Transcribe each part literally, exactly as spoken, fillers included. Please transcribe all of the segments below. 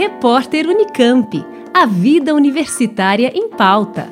Repórter Unicamp. A vida universitária em pauta.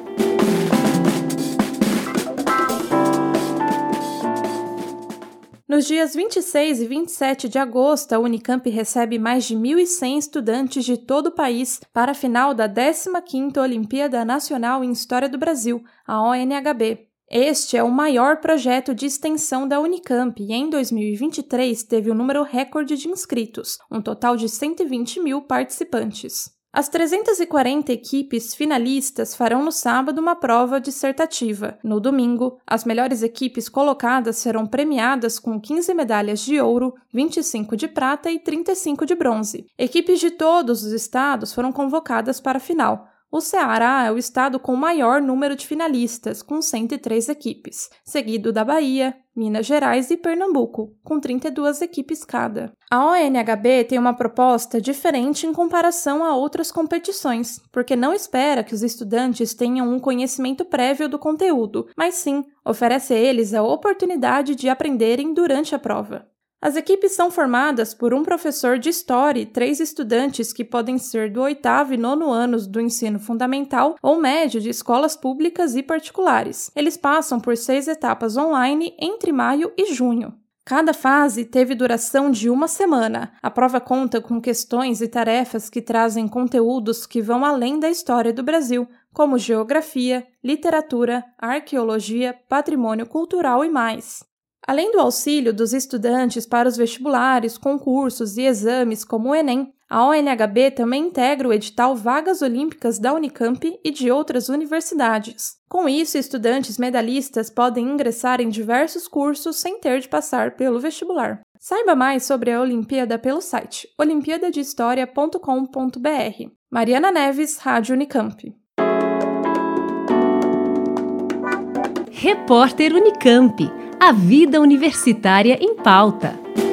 Nos dias vinte e seis e vinte e sete de agosto, a Unicamp recebe mais de mil e cem estudantes de todo o país para a final da décima quinta Olimpíada Nacional em História do Brasil, a O N H B. Este é o maior projeto de extensão da Unicamp e em dois mil e vinte e três teve um número recorde de inscritos, um total de cento e vinte mil participantes. As trezentas e quarenta equipes finalistas farão no sábado uma prova dissertativa. No domingo, as melhores equipes colocadas serão premiadas com quinze medalhas de ouro, vinte e cinco de prata e trinta e cinco de bronze. Equipes de todos os estados foram convocadas para a final. O Ceará é o estado com o maior número de finalistas, com cento e três equipes, seguido da Bahia, Minas Gerais e Pernambuco, com trinta e duas equipes cada. A O N H B tem uma proposta diferente em comparação a outras competições, porque não espera que os estudantes tenham um conhecimento prévio do conteúdo, mas sim oferece a eles a oportunidade de aprenderem durante a prova. As equipes são formadas por um professor de História e três estudantes que podem ser do oitavo e nono anos do ensino fundamental ou médio de escolas públicas e particulares. Eles passam por seis etapas online entre maio e junho. Cada fase teve duração de uma semana. A prova conta com questões e tarefas que trazem conteúdos que vão além da história do Brasil, como geografia, literatura, arqueologia, patrimônio cultural e mais. Além do auxílio dos estudantes para os vestibulares, concursos e exames como o Enem, a O N H B também integra o edital Vagas Olímpicas da Unicamp e de outras universidades. Com isso, estudantes medalhistas podem ingressar em diversos cursos sem ter de passar pelo vestibular. Saiba mais sobre a Olimpíada pelo site olimpiada de história ponto com ponto b r. Mariana Neves, Rádio Unicamp. Repórter Unicamp. A vida universitária em pauta.